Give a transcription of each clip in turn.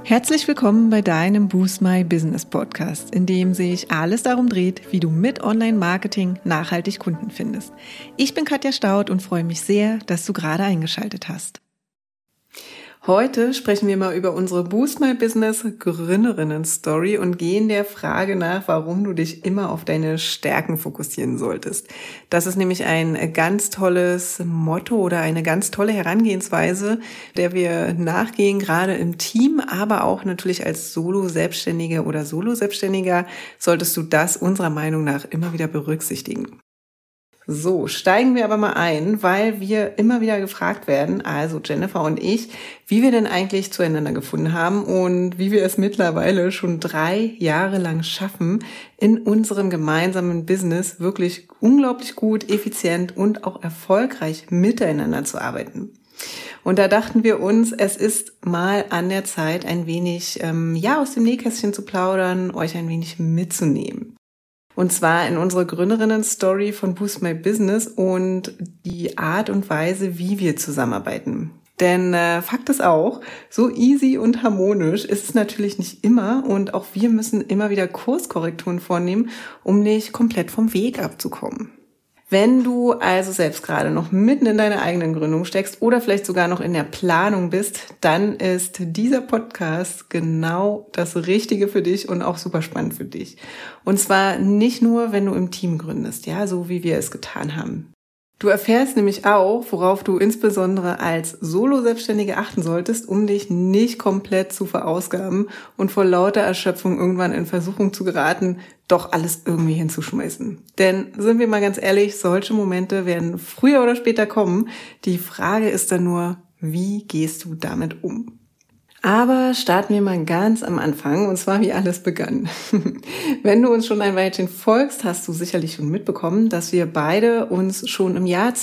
Herzlich willkommen bei deinem Boost My Business Podcast, in dem sich alles darum dreht, wie du mit Online-Marketing nachhaltig Kunden findest. Ich bin Katja Staud und freue mich sehr, dass du gerade eingeschaltet hast. Heute sprechen wir mal über unsere Boost My Business Gründerinnen-Story und gehen der Frage nach, warum du dich immer auf deine Stärken fokussieren solltest. Das ist nämlich ein ganz tolles Motto oder eine ganz tolle Herangehensweise, der wir nachgehen, gerade im Team, aber auch natürlich als Solo-Selbstständige oder Solo-Selbstständiger solltest du das unserer Meinung nach immer wieder berücksichtigen. So, steigen wir aber mal ein, weil wir immer wieder gefragt werden, also Jennifer und ich, wie wir denn eigentlich zueinander gefunden haben und wie wir es mittlerweile schon 3 Jahre lang schaffen, in unserem gemeinsamen Business wirklich unglaublich gut, effizient und auch erfolgreich miteinander zu arbeiten. Und da dachten wir uns, es ist mal an der Zeit, ein wenig aus dem Nähkästchen zu plaudern, euch ein wenig mitzunehmen. Und zwar in unsere Gründerinnen-Story von Boost My Business und die Art und Weise, wie wir zusammenarbeiten. Denn Fakt ist auch, so easy und harmonisch ist es natürlich nicht immer und auch wir müssen immer wieder Kurskorrekturen vornehmen, um nicht komplett vom Weg abzukommen. Wenn du also selbst gerade noch mitten in deiner eigenen Gründung steckst oder vielleicht sogar noch in der Planung bist, dann ist dieser Podcast genau das Richtige für dich und auch super spannend für dich. Und zwar nicht nur, wenn du im Team gründest, ja, so wie wir es getan haben. Du erfährst nämlich auch, worauf du insbesondere als Solo-Selbstständige achten solltest, um dich nicht komplett zu verausgaben und vor lauter Erschöpfung irgendwann in Versuchung zu geraten, doch alles irgendwie hinzuschmeißen. Denn, sind wir mal ganz ehrlich, solche Momente werden früher oder später kommen. Die Frage ist dann nur, wie gehst du damit um? Aber starten wir mal ganz am Anfang, und zwar wie alles begann. Wenn du uns schon ein Weilchen folgst, hast du sicherlich schon mitbekommen, dass wir beide uns schon im Jahr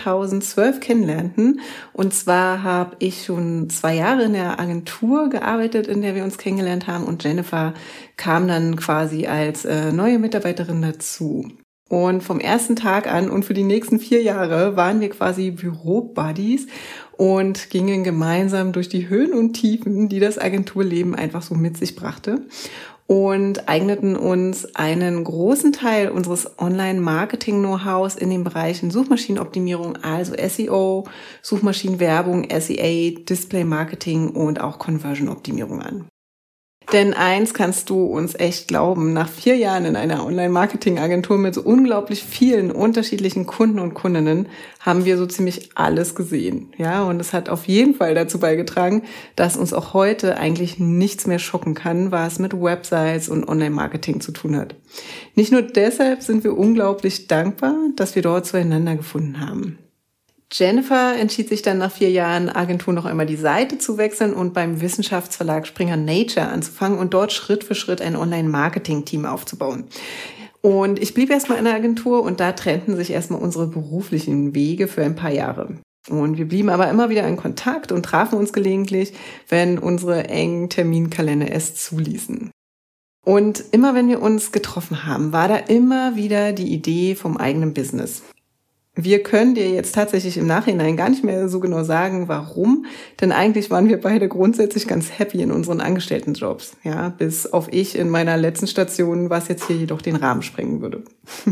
2012 kennenlernten. Und zwar habe ich schon 2 Jahre in der Agentur gearbeitet, in der wir uns kennengelernt haben, und Jennifer kam dann quasi als neue Mitarbeiterin dazu. Und vom ersten Tag an und für die nächsten 4 Jahre waren wir quasi Büro-Buddies und gingen gemeinsam durch die Höhen und Tiefen, die das Agenturleben einfach so mit sich brachte, und eigneten uns einen großen Teil unseres Online-Marketing-Know-hows in den Bereichen Suchmaschinenoptimierung, also SEO, Suchmaschinenwerbung, SEA, Display-Marketing und auch Conversion-Optimierung an. Denn eins kannst du uns echt glauben, nach 4 Jahren in einer Online-Marketing-Agentur mit so unglaublich vielen unterschiedlichen Kunden und Kundinnen haben wir so ziemlich alles gesehen. Ja, und es hat auf jeden Fall dazu beigetragen, dass uns auch heute eigentlich nichts mehr schocken kann, was mit Websites und Online-Marketing zu tun hat. Nicht nur deshalb sind wir unglaublich dankbar, dass wir dort zueinander gefunden haben. Jennifer entschied sich dann nach 4 Jahren Agentur noch einmal die Seite zu wechseln und beim Wissenschaftsverlag Springer Nature anzufangen und dort Schritt für Schritt ein Online-Marketing-Team aufzubauen. Und ich blieb erstmal in der Agentur und da trennten sich erstmal unsere beruflichen Wege für ein paar Jahre. Und wir blieben aber immer wieder in Kontakt und trafen uns gelegentlich, wenn unsere engen Terminkalender es zuließen. Und immer wenn wir uns getroffen haben, war da immer wieder die Idee vom eigenen Business. Wir können dir jetzt tatsächlich im Nachhinein gar nicht mehr so genau sagen, warum, denn eigentlich waren wir beide grundsätzlich ganz happy in unseren Angestelltenjobs, ja, bis auf ich in meiner letzten Station, was jetzt hier jedoch den Rahmen sprengen würde.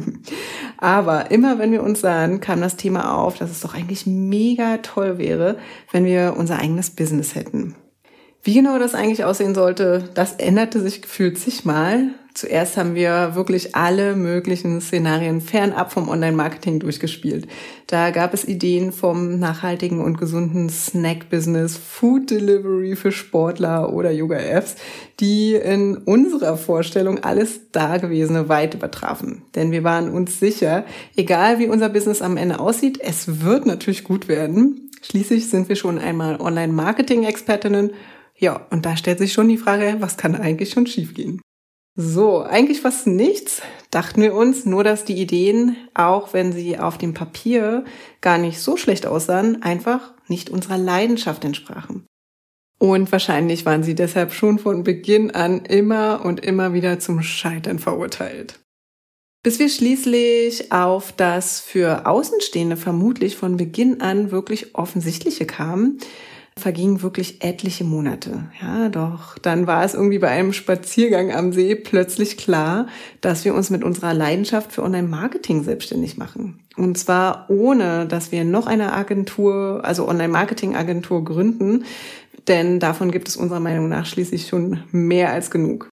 Aber immer wenn wir uns sahen, kam das Thema auf, dass es doch eigentlich mega toll wäre, wenn wir unser eigenes Business hätten. Wie genau das eigentlich aussehen sollte, das änderte sich gefühlt zigmal. Zuerst haben wir wirklich alle möglichen Szenarien fernab vom Online-Marketing durchgespielt. Da gab es Ideen vom nachhaltigen und gesunden Snack-Business, Food-Delivery für Sportler oder Yoga-Apps, die in unserer Vorstellung alles Dagewesene weit übertrafen. Denn wir waren uns sicher, egal wie unser Business am Ende aussieht, es wird natürlich gut werden. Schließlich sind wir schon einmal Online-Marketing-Expertinnen. Ja, und da stellt sich schon die Frage, was kann eigentlich schon schiefgehen? So, eigentlich fast nichts, dachten wir uns, nur dass die Ideen, auch wenn sie auf dem Papier gar nicht so schlecht aussahen, einfach nicht unserer Leidenschaft entsprachen. Und wahrscheinlich waren sie deshalb schon von Beginn an immer und immer wieder zum Scheitern verurteilt. Bis wir schließlich auf das für Außenstehende vermutlich von Beginn an wirklich Offensichtliche kamen. vergingen wirklich etliche Monate. Ja, doch dann war es irgendwie bei einem Spaziergang am See plötzlich klar, dass wir uns mit unserer Leidenschaft für Online-Marketing selbstständig machen. Und zwar ohne, dass wir noch eine Agentur, also Online-Marketing-Agentur gründen, denn davon gibt es unserer Meinung nach schließlich schon mehr als genug.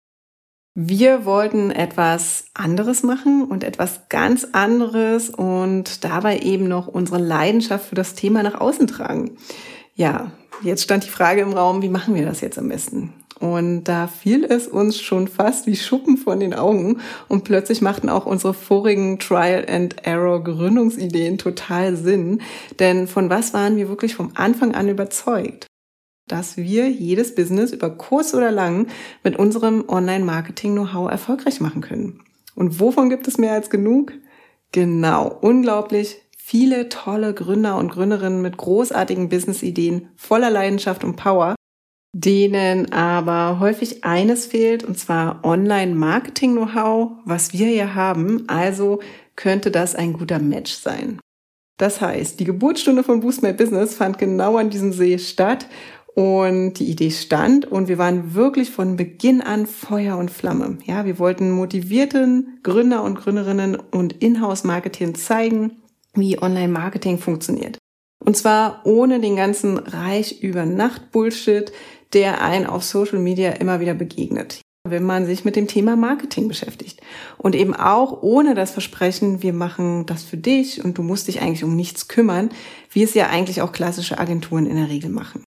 Wir wollten etwas anderes machen und etwas ganz anderes und dabei eben noch unsere Leidenschaft für das Thema nach außen tragen. Ja, jetzt stand die Frage im Raum, wie machen wir das jetzt am besten? Und da fiel es uns schon fast wie Schuppen von den Augen und plötzlich machten auch unsere vorigen Trial-and-Error-Gründungsideen total Sinn. Denn von was waren wir wirklich vom Anfang an überzeugt? Dass wir jedes Business über kurz oder lang mit unserem Online-Marketing-Know-how erfolgreich machen können. Und wovon gibt es mehr als genug? Genau, unglaublich viele tolle Gründer und Gründerinnen mit großartigen Business-Ideen, voller Leidenschaft und Power, denen aber häufig eines fehlt, und zwar Online-Marketing-Know-how, was wir hier haben. Also könnte das ein guter Match sein. Das heißt, die Geburtsstunde von Boost My Business fand genau an diesem See statt und die Idee stand und wir waren wirklich von Beginn an Feuer und Flamme. Ja, wir wollten motivierten Gründer und Gründerinnen und Inhouse-Marketern zeigen, wie Online-Marketing funktioniert. Und zwar ohne den ganzen Reich-über-Nacht-Bullshit, der einen auf Social Media immer wieder begegnet, wenn man sich mit dem Thema Marketing beschäftigt. Und eben auch ohne das Versprechen, wir machen das für dich und du musst dich eigentlich um nichts kümmern, wie es ja eigentlich auch klassische Agenturen in der Regel machen.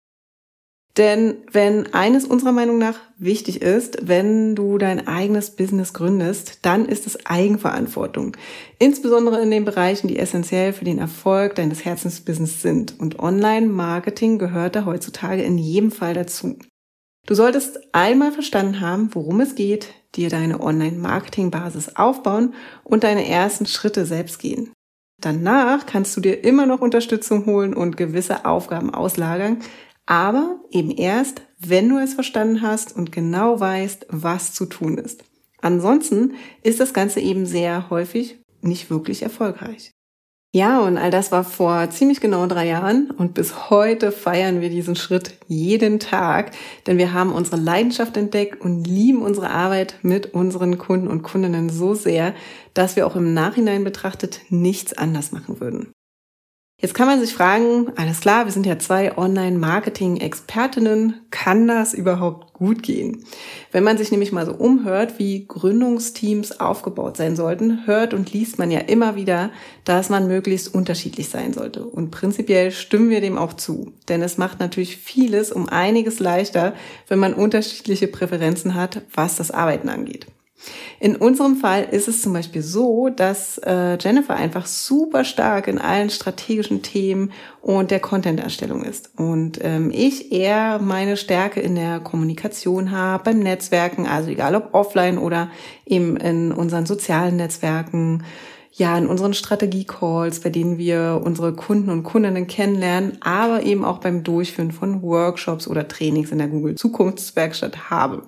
Denn wenn eines unserer Meinung nach wichtig ist, wenn du dein eigenes Business gründest, dann ist es Eigenverantwortung. Insbesondere in den Bereichen, die essentiell für den Erfolg deines Herzensbusiness sind. Und Online-Marketing gehört da heutzutage in jedem Fall dazu. Du solltest einmal verstanden haben, worum es geht, dir deine Online-Marketing-Basis aufbauen und deine ersten Schritte selbst gehen. Danach kannst du dir immer noch Unterstützung holen und gewisse Aufgaben auslagern, aber eben erst, wenn du es verstanden hast und genau weißt, was zu tun ist. Ansonsten ist das Ganze eben sehr häufig nicht wirklich erfolgreich. Ja, und all das war vor ziemlich genau 3 Jahren und bis heute feiern wir diesen Schritt jeden Tag, denn wir haben unsere Leidenschaft entdeckt und lieben unsere Arbeit mit unseren Kunden und Kundinnen so sehr, dass wir auch im Nachhinein betrachtet nichts anders machen würden. Jetzt kann man sich fragen, alles klar, wir sind ja 2 Online-Marketing-Expertinnen, kann das überhaupt gut gehen? Wenn man sich nämlich mal so umhört, wie Gründungsteams aufgebaut sein sollten, hört und liest man ja immer wieder, dass man möglichst unterschiedlich sein sollte. Und prinzipiell stimmen wir dem auch zu, denn es macht natürlich vieles um einiges leichter, wenn man unterschiedliche Präferenzen hat, was das Arbeiten angeht. In unserem Fall ist es zum Beispiel so, dass Jennifer einfach super stark in allen strategischen Themen und der Content-Erstellung ist. Und ich eher meine Stärke in der Kommunikation habe, beim Netzwerken, also egal ob offline oder eben in unseren sozialen Netzwerken, ja, in unseren Strategie-Calls, bei denen wir unsere Kunden und Kundinnen kennenlernen, aber eben auch beim Durchführen von Workshops oder Trainings in der Google Zukunftswerkstatt habe.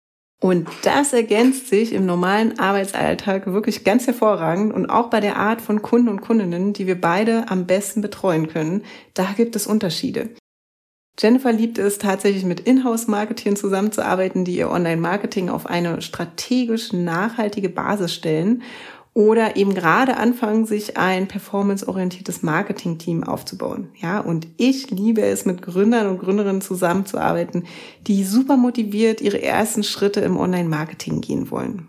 Und das ergänzt sich im normalen Arbeitsalltag wirklich ganz hervorragend und auch bei der Art von Kunden und Kundinnen, die wir beide am besten betreuen können, da gibt es Unterschiede. Jennifer liebt es tatsächlich mit Inhouse-Marketern zusammenzuarbeiten, die ihr Online-Marketing auf eine strategisch nachhaltige Basis stellen oder eben gerade anfangen, sich ein performanceorientiertes Marketing-Team aufzubauen. Ja, und ich liebe es, mit Gründern und Gründerinnen zusammenzuarbeiten, die super motiviert ihre ersten Schritte im Online-Marketing gehen wollen.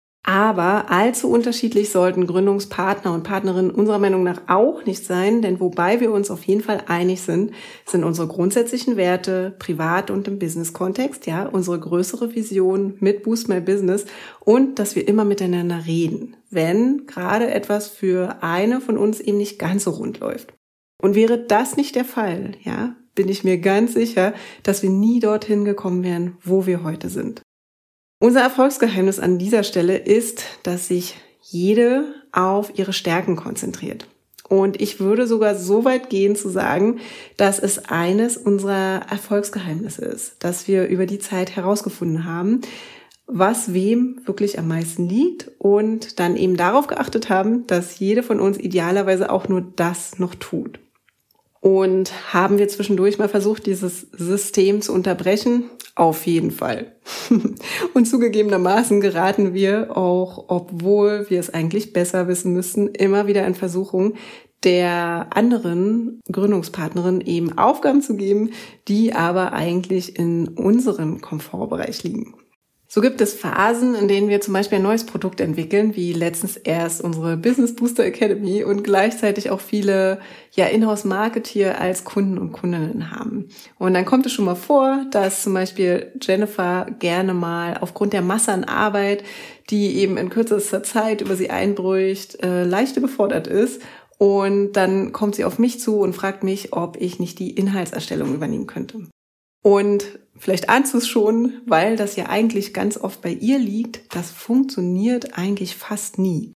Aber allzu unterschiedlich sollten Gründungspartner und Partnerinnen unserer Meinung nach auch nicht sein, denn wobei wir uns auf jeden Fall einig sind, sind unsere grundsätzlichen Werte, privat und im Business-Kontext, ja, unsere größere Vision mit Boost My Business und dass wir immer miteinander reden, wenn gerade etwas für eine von uns eben nicht ganz so rund läuft. Und wäre das nicht der Fall, ja, bin ich mir ganz sicher, dass wir nie dorthin gekommen wären, wo wir heute sind. Unser Erfolgsgeheimnis an dieser Stelle ist, dass sich jede auf ihre Stärken konzentriert. Und ich würde sogar so weit gehen zu sagen, dass es eines unserer Erfolgsgeheimnisse ist, dass wir über die Zeit herausgefunden haben, was wem wirklich am meisten liegt und dann eben darauf geachtet haben, dass jede von uns idealerweise auch nur das noch tut. Und haben wir zwischendurch mal versucht, dieses System zu unterbrechen? Auf jeden Fall. Und zugegebenermaßen geraten wir auch, obwohl wir es eigentlich besser wissen müssten, immer wieder in Versuchung, der anderen Gründungspartnerin eben Aufgaben zu geben, die aber eigentlich in unserem Komfortbereich liegen. So gibt es Phasen, in denen wir zum Beispiel ein neues Produkt entwickeln, wie letztens erst unsere Business Booster Academy und gleichzeitig auch viele Inhouse-Marketeer als Kunden und Kundinnen haben. Und dann kommt es schon mal vor, dass zum Beispiel Jennifer gerne mal aufgrund der Masse an Arbeit, die eben in kürzester Zeit über sie einbricht, leicht überfordert ist. Und dann kommt sie auf mich zu und fragt mich, ob ich nicht die Inhaltserstellung übernehmen könnte. Und vielleicht ahnst du es schon, weil das ja eigentlich ganz oft bei ihr liegt, das funktioniert eigentlich fast nie.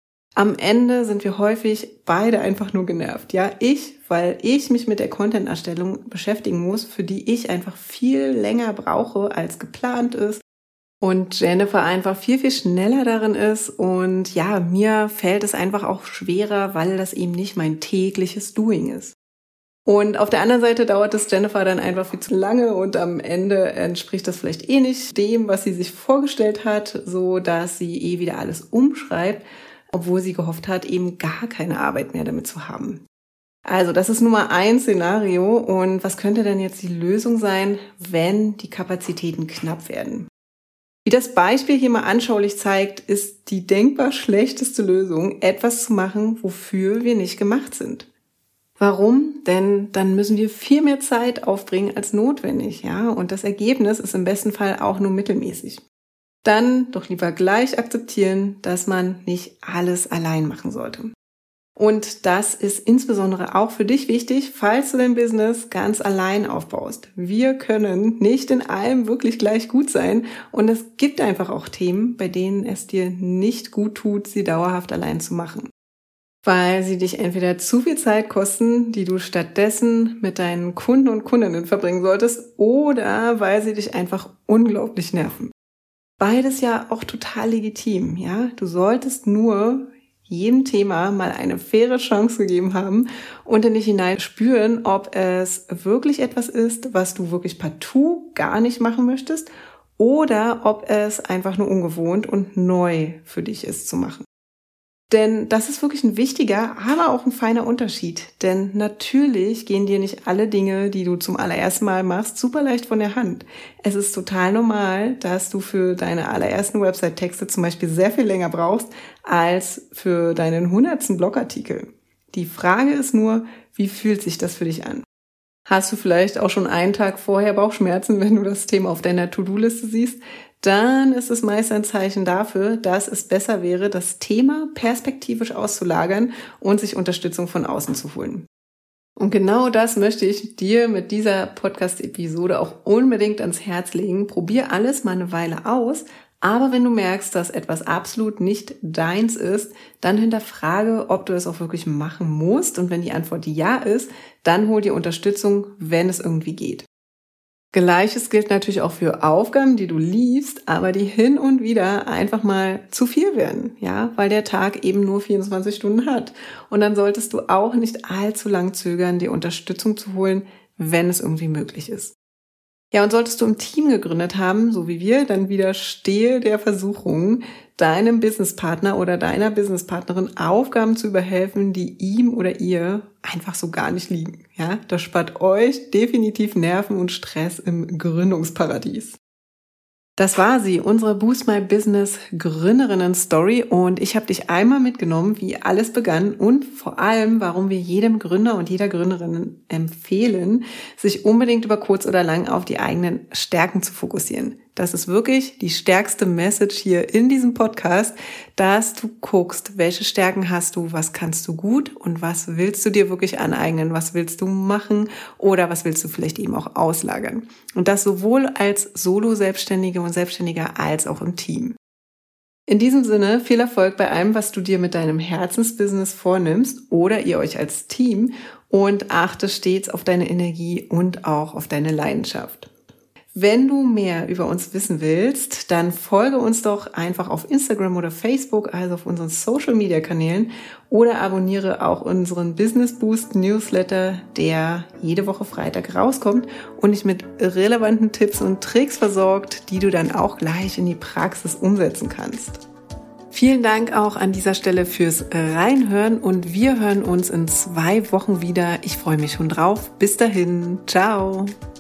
Am Ende sind wir häufig beide einfach nur genervt. Ja, weil ich mich mit der Content-Erstellung beschäftigen muss, für die ich einfach viel länger brauche, als geplant ist. Und Jennifer einfach viel, viel schneller darin ist. Und ja, mir fällt es einfach auch schwerer, weil das eben nicht mein tägliches Doing ist. Und auf der anderen Seite dauert es Jennifer dann einfach viel zu lange und am Ende entspricht das vielleicht nicht dem, was sie sich vorgestellt hat, so dass sie wieder alles umschreibt, obwohl sie gehofft hat, eben gar keine Arbeit mehr damit zu haben. Also das ist Nummer 1 Szenario. Und was könnte denn jetzt die Lösung sein, wenn die Kapazitäten knapp werden? Wie das Beispiel hier mal anschaulich zeigt, ist die denkbar schlechteste Lösung, etwas zu machen, wofür wir nicht gemacht sind. Warum? Denn dann müssen wir viel mehr Zeit aufbringen als notwendig, ja? Und das Ergebnis ist im besten Fall auch nur mittelmäßig. Dann doch lieber gleich akzeptieren, dass man nicht alles allein machen sollte. Und das ist insbesondere auch für dich wichtig, falls du dein Business ganz allein aufbaust. Wir können nicht in allem wirklich gleich gut sein und es gibt einfach auch Themen, bei denen es dir nicht gut tut, sie dauerhaft allein zu machen. Weil sie dich entweder zu viel Zeit kosten, die du stattdessen mit deinen Kunden und Kundinnen verbringen solltest, oder weil sie dich einfach unglaublich nerven. Beides ja auch total legitim, ja? Du solltest nur jedem Thema mal eine faire Chance gegeben haben und in dich hinein spüren, ob es wirklich etwas ist, was du wirklich partout gar nicht machen möchtest, oder ob es einfach nur ungewohnt und neu für dich ist zu machen. Denn das ist wirklich ein wichtiger, aber auch ein feiner Unterschied. Denn natürlich gehen dir nicht alle Dinge, die du zum allerersten Mal machst, super leicht von der Hand. Es ist total normal, dass du für deine allerersten Website-Texte zum Beispiel sehr viel länger brauchst als für deinen 100. Blogartikel. Die Frage ist nur, wie fühlt sich das für dich an? Hast du vielleicht auch schon einen Tag vorher Bauchschmerzen, wenn du das Thema auf deiner To-Do-Liste siehst? Dann ist es meist ein Zeichen dafür, dass es besser wäre, das Thema perspektivisch auszulagern und sich Unterstützung von außen zu holen. Und genau das möchte ich dir mit dieser Podcast-Episode auch unbedingt ans Herz legen. Probier alles mal eine Weile aus, aber wenn du merkst, dass etwas absolut nicht deins ist, dann hinterfrage, ob du es auch wirklich machen musst. Und wenn die Antwort ja ist, dann hol dir Unterstützung, wenn es irgendwie geht. Gleiches gilt natürlich auch für Aufgaben, die du liebst, aber die hin und wieder einfach mal zu viel werden, ja, weil der Tag eben nur 24 Stunden hat. Und dann solltest du auch nicht allzu lang zögern, dir Unterstützung zu holen, wenn es irgendwie möglich ist. Ja, und solltest du ein Team gegründet haben, so wie wir, dann widerstehe der Versuchung, deinem Businesspartner oder deiner Businesspartnerin Aufgaben zu überhelfen, die ihm oder ihr einfach so gar nicht liegen. Ja, das spart euch definitiv Nerven und Stress im Gründungsparadies. Das war sie, unsere Boost My Business Gründerinnen-Story, und ich habe dich einmal mitgenommen, wie alles begann und vor allem, warum wir jedem Gründer und jeder Gründerin empfehlen, sich unbedingt über kurz oder lang auf die eigenen Stärken zu fokussieren. Das ist wirklich die stärkste Message hier in diesem Podcast, dass du guckst, welche Stärken hast du, was kannst du gut und was willst du dir wirklich aneignen, was willst du machen oder was willst du vielleicht eben auch auslagern. Und das sowohl als Solo-Selbstständige und Selbstständiger als auch im Team. In diesem Sinne, viel Erfolg bei allem, was du dir mit deinem Herzensbusiness vornimmst oder ihr euch als Team, und achte stets auf deine Energie und auch auf deine Leidenschaft. Wenn du mehr über uns wissen willst, dann folge uns doch einfach auf Instagram oder Facebook, also auf unseren Social-Media-Kanälen, oder abonniere auch unseren Business Boost Newsletter, der jede Woche Freitag rauskommt und dich mit relevanten Tipps und Tricks versorgt, die du dann auch gleich in die Praxis umsetzen kannst. Vielen Dank auch an dieser Stelle fürs Reinhören und wir hören uns in 2 Wochen wieder. Ich freue mich schon drauf. Bis dahin. Ciao.